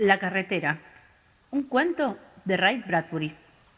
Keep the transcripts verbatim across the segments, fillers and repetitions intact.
La carretera. Un cuento de Ray Bradbury.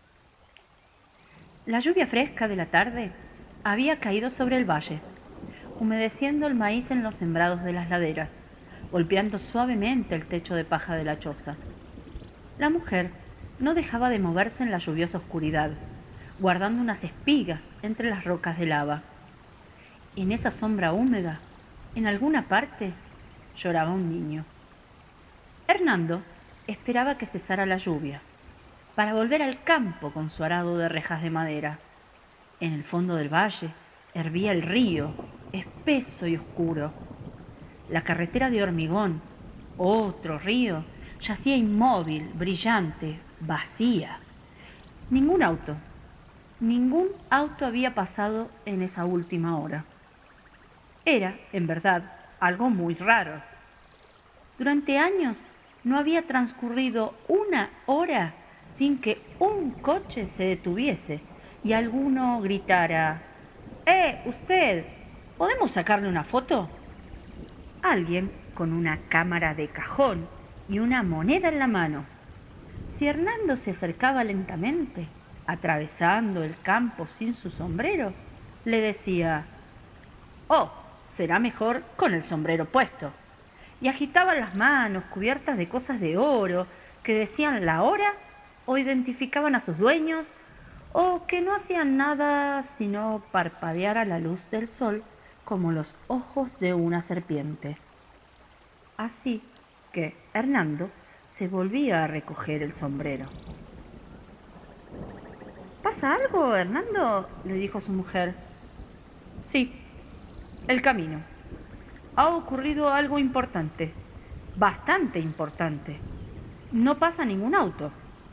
La lluvia fresca de la tarde había caído sobre el valle, humedeciendo el maíz en los sembrados de las laderas, golpeando suavemente el techo de paja de la choza. La mujer no dejaba de moverse en la lluviosa oscuridad, guardando unas espigas entre las rocas de lava. En esa sombra húmeda, en alguna parte, lloraba un niño. Hernando esperaba que cesara la lluvia, para volver al campo con su arado de rejas de madera. En el fondo del valle hervía el río, espeso y oscuro. La carretera de hormigón, otro río, yacía inmóvil, brillante, vacía. Ningún auto, ningún auto había pasado en esa última hora. Era, en verdad, algo muy raro. Durante años no había transcurrido una hora sin que un coche se detuviese y alguno gritara: ¡Eh, usted! ¿Podemos sacarle una foto? Alguien con una cámara de cajón y una moneda en la mano. Si Hernando se acercaba lentamente, atravesando el campo sin su sombrero, le decía: «Oh, será mejor con el sombrero puesto». Y agitaba las manos cubiertas de cosas de oro que decían la hora o identificaban a sus dueños, o que no hacían nada sino parpadear a la luz del sol como los ojos de una serpiente. Así que Hernando se volvía a recoger el sombrero. «¿Pasa algo, Hernando?», le dijo su mujer. «Sí, el camino. Ha ocurrido algo importante, bastante importante. No pasa ningún auto».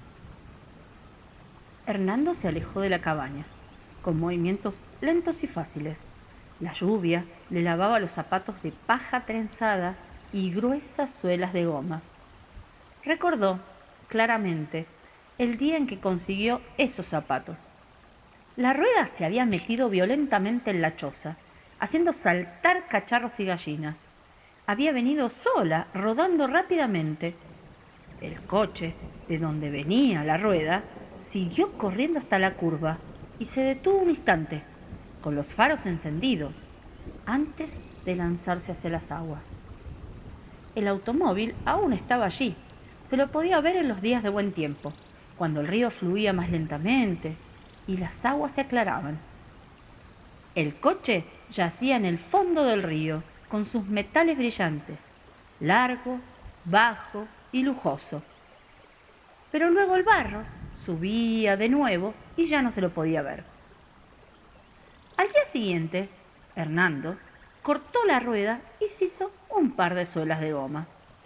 Hernando se alejó de la cabaña, con movimientos lentos y fáciles. La lluvia le lavaba los zapatos de paja trenzada y gruesas suelas de goma. Recordó claramente el día en que consiguió esos zapatos. La rueda se había metido violentamente en la choza, haciendo saltar cacharros y gallinas. Había venido sola, rodando rápidamente. El coche, de donde venía la rueda, siguió corriendo hasta la curva y se detuvo un instante, con los faros encendidos, antes de lanzarse hacia las aguas. El automóvil aún estaba allí. Se lo podía ver en los días de buen tiempo, cuando el río fluía más lentamente y las aguas se aclaraban. El coche yacía en el fondo del río, con sus metales brillantes, largo, bajo y lujoso. Pero luego el barro subía de nuevo y ya no se lo podía ver. Al día siguiente, Hernando cortó la rueda y se hizo un par de suelas de goma.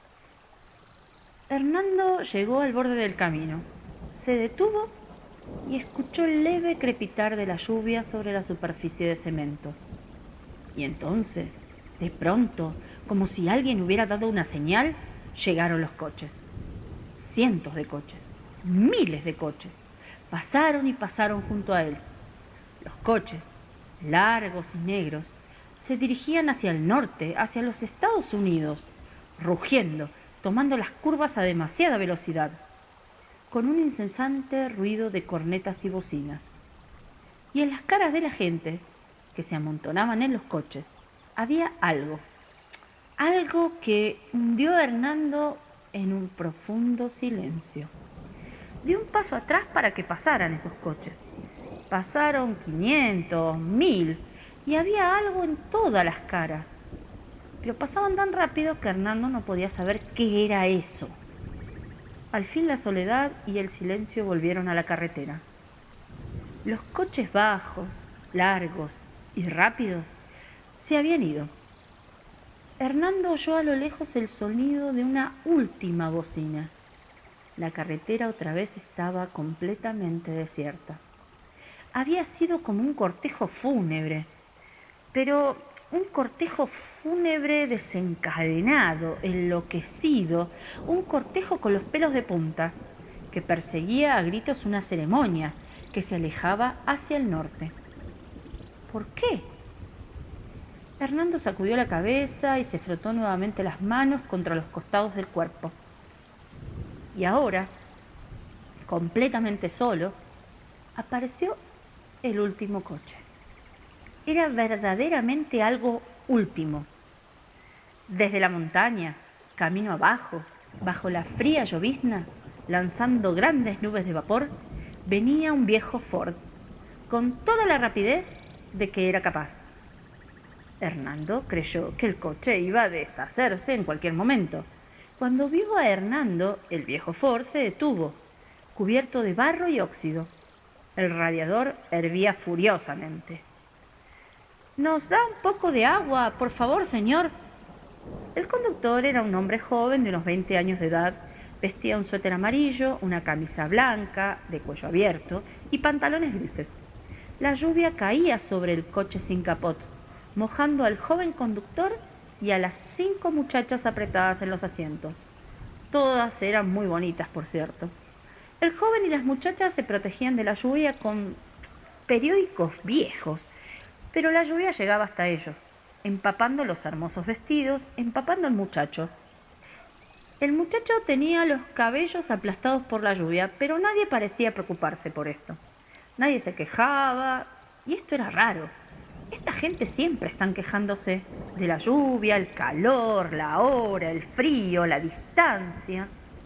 Hernando llegó al borde del camino, se detuvo y escuchó el leve crepitar de la lluvia sobre la superficie de cemento. Y entonces, de pronto, como si alguien hubiera dado una señal, llegaron los coches. Cientos de coches, miles de coches, pasaron y pasaron junto a él. Los coches, largos y negros, se dirigían hacia el norte, hacia los Estados Unidos, rugiendo, tomando las curvas a demasiada velocidad, con un incesante ruido de cornetas y bocinas. Y en las caras de la gente, que se amontonaban en los coches, había algo, algo que hundió a Hernando en un profundo silencio. Dio un paso atrás para que pasaran esos coches. Pasaron quinientos, mil, y había algo en todas las caras. Pero pasaban tan rápido que Hernando no podía saber qué era eso. Al fin la soledad y el silencio volvieron a la carretera. Los coches bajos, largos y rápidos se habían ido. Hernando oyó a lo lejos el sonido de una última bocina. La carretera otra vez estaba completamente desierta. Había sido como un cortejo fúnebre, pero un cortejo fúnebre desencadenado, enloquecido, un cortejo con los pelos de punta, que perseguía a gritos una ceremonia que se alejaba hacia el norte. ¿Por qué? Hernando sacudió la cabeza y se frotó nuevamente las manos contra los costados del cuerpo. Y ahora, completamente solo, apareció el último coche. Era verdaderamente algo último. Desde la montaña, camino abajo, bajo la fría llovizna, lanzando grandes nubes de vapor, venía un viejo Ford, con toda la rapidez de que era capaz. Hernando creyó que el coche iba a deshacerse en cualquier momento. Cuando vio a Hernando, el viejo Ford se detuvo, cubierto de barro y óxido. El radiador hervía furiosamente. «¿Nos da un poco de agua, por favor, señor?» El conductor era un hombre joven de unos veinte años de edad. Vestía un suéter amarillo, una camisa blanca de cuello abierto y pantalones grises. La lluvia caía sobre el coche sin capot, mojando al joven conductor y a las cinco muchachas apretadas en los asientos. Todas eran muy bonitas, por cierto. El joven y las muchachas se protegían de la lluvia con periódicos viejos, pero la lluvia llegaba hasta ellos, empapando los hermosos vestidos, empapando al muchacho. El muchacho tenía los cabellos aplastados por la lluvia, pero nadie parecía preocuparse por esto. Nadie se quejaba, y esto era raro. Esta gente siempre están quejándose de la lluvia, el calor, la hora, el frío, la distancia.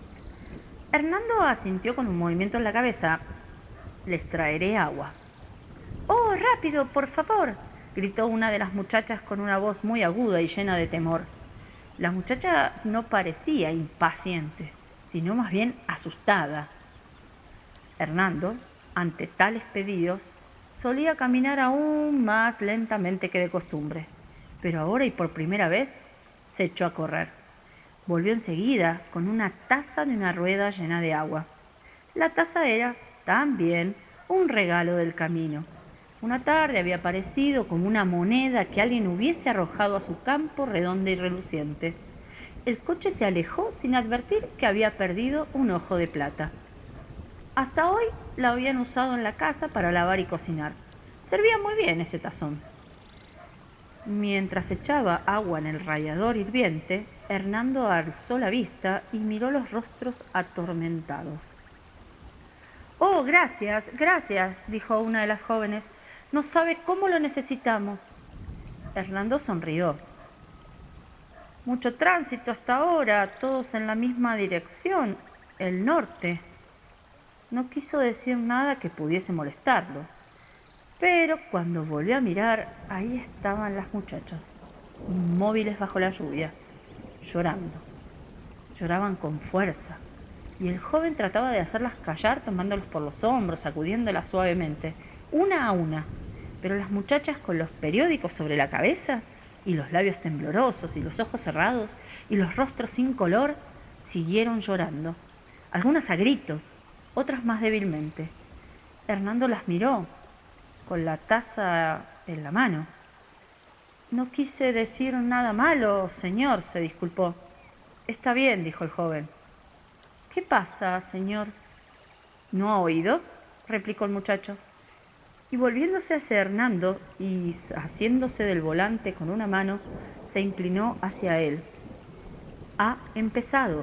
Hernando asintió con un movimiento en la cabeza. «Les traeré agua». «¡Oh, rápido, por favor!», gritó una de las muchachas con una voz muy aguda y llena de temor. La muchacha no parecía impaciente, sino más bien asustada. Hernando, ante tales pedidos, solía caminar aún más lentamente que de costumbre, pero ahora y por primera vez se echó a correr. Volvió enseguida con una taza de una rueda llena de agua. La taza era, también, un regalo del camino. Una tarde había aparecido como una moneda que alguien hubiese arrojado a su campo redonda y reluciente. El coche se alejó sin advertir que había perdido un ojo de plata. Hasta hoy la habían usado en la casa para lavar y cocinar. Servía muy bien ese tazón. Mientras echaba agua en el rallador hirviente, Hernando alzó la vista y miró los rostros atormentados. «Oh, gracias, gracias», dijo una de las jóvenes. «No sabe cómo lo necesitamos». Hernando sonrió. «Mucho tránsito hasta ahora, todos en la misma dirección, el norte». No quiso decir nada que pudiese molestarlos. Pero cuando volvió a mirar, ahí estaban las muchachas, inmóviles bajo la lluvia, llorando. Lloraban con fuerza, y el joven trataba de hacerlas callar tomándolos por los hombros, sacudiéndolas suavemente, una a una. Pero las muchachas, con los periódicos sobre la cabeza, y los labios temblorosos, y los ojos cerrados, y los rostros sin color, siguieron llorando, algunas a gritos, otras más débilmente. Hernando las miró, con la taza en la mano. «No quise decir nada malo, señor», se disculpó. «Está bien», dijo el joven. «¿Qué pasa, señor?» «¿No ha oído?», replicó el muchacho. Y volviéndose hacia Hernando y haciéndose del volante con una mano, se inclinó hacia él. «Ha empezado».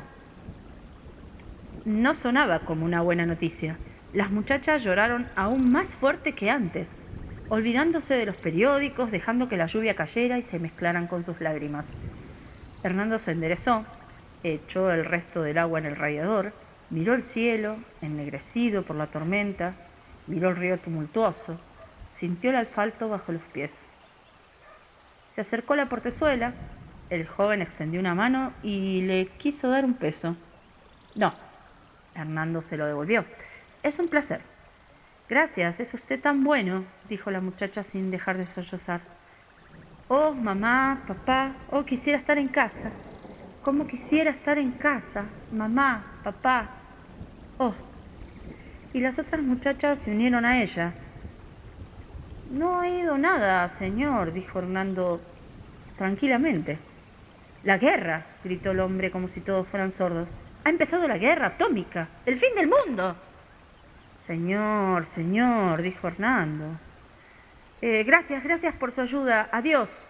No sonaba como una buena noticia. Las muchachas lloraron aún más fuerte que antes, olvidándose de los periódicos, dejando que la lluvia cayera y se mezclaran con sus lágrimas. Hernando se enderezó, echó el resto del agua en el rallador, miró el cielo, ennegrecido por la tormenta, miró el río tumultuoso, sintió el asfalto bajo los pies. Se acercó a la portezuela, el joven extendió una mano y le quiso dar un peso. «No», Hernando se lo devolvió. «Es un placer». «Gracias, es usted tan bueno», dijo la muchacha sin dejar de sollozar. «Oh, mamá, papá, oh, quisiera estar en casa. Cómo quisiera estar en casa, mamá, papá, oh». Y las otras muchachas se unieron a ella. «No ha oído nada, señor», dijo Hernando tranquilamente. «La guerra», gritó el hombre como si todos fueran sordos. «Ha empezado la guerra atómica, el fin del mundo». «Señor, señor», dijo Hernando. Eh, «gracias, gracias por su ayuda. Adiós».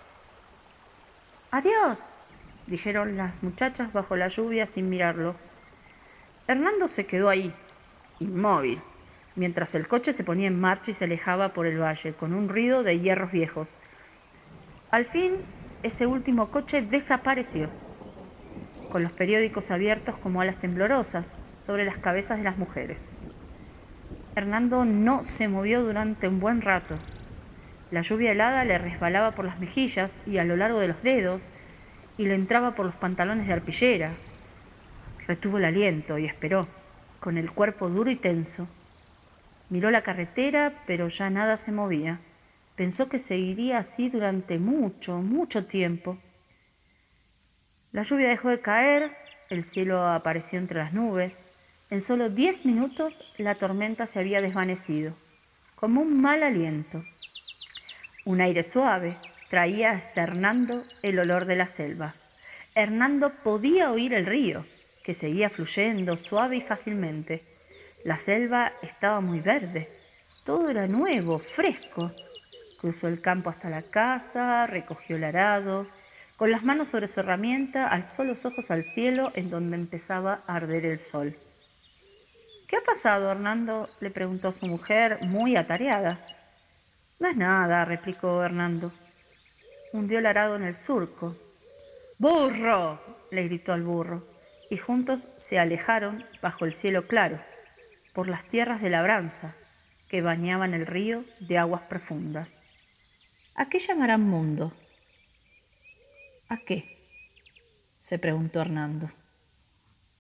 «Adiós», dijeron las muchachas bajo la lluvia sin mirarlo. Hernando se quedó ahí, inmóvil, mientras el coche se ponía en marcha y se alejaba por el valle, con un ruido de hierros viejos. Al fin, ese último coche desapareció, con los periódicos abiertos como alas temblorosas sobre las cabezas de las mujeres. Hernando no se movió durante un buen rato. La lluvia helada le resbalaba por las mejillas y a lo largo de los dedos, y le entraba por los pantalones de arpillera. Retuvo el aliento y esperó, con el cuerpo duro y tenso. Miró la carretera, pero ya nada se movía. Pensó que seguiría así durante mucho, mucho tiempo. La lluvia dejó de caer, el cielo apareció entre las nubes. En solo diez minutos la tormenta se había desvanecido, como un mal aliento. Un aire suave traía hasta Hernando el olor de la selva. Hernando podía oír el río, que seguía fluyendo suave y fácilmente. La selva estaba muy verde, todo era nuevo, fresco. Cruzó el campo hasta la casa, recogió el arado. Con las manos sobre su herramienta, alzó los ojos al cielo en donde empezaba a arder el sol. —¿Qué ha pasado, Hernando? —le preguntó su mujer, muy atareada. —No es nada —replicó Hernando. Hundió el arado en el surco. —¡Burro! —le gritó al burro, y juntos se alejaron bajo el cielo claro, por las tierras de labranza que bañaban el río de aguas profundas. ¿A qué llamarán mundo? —¿A qué? —se preguntó Hernando.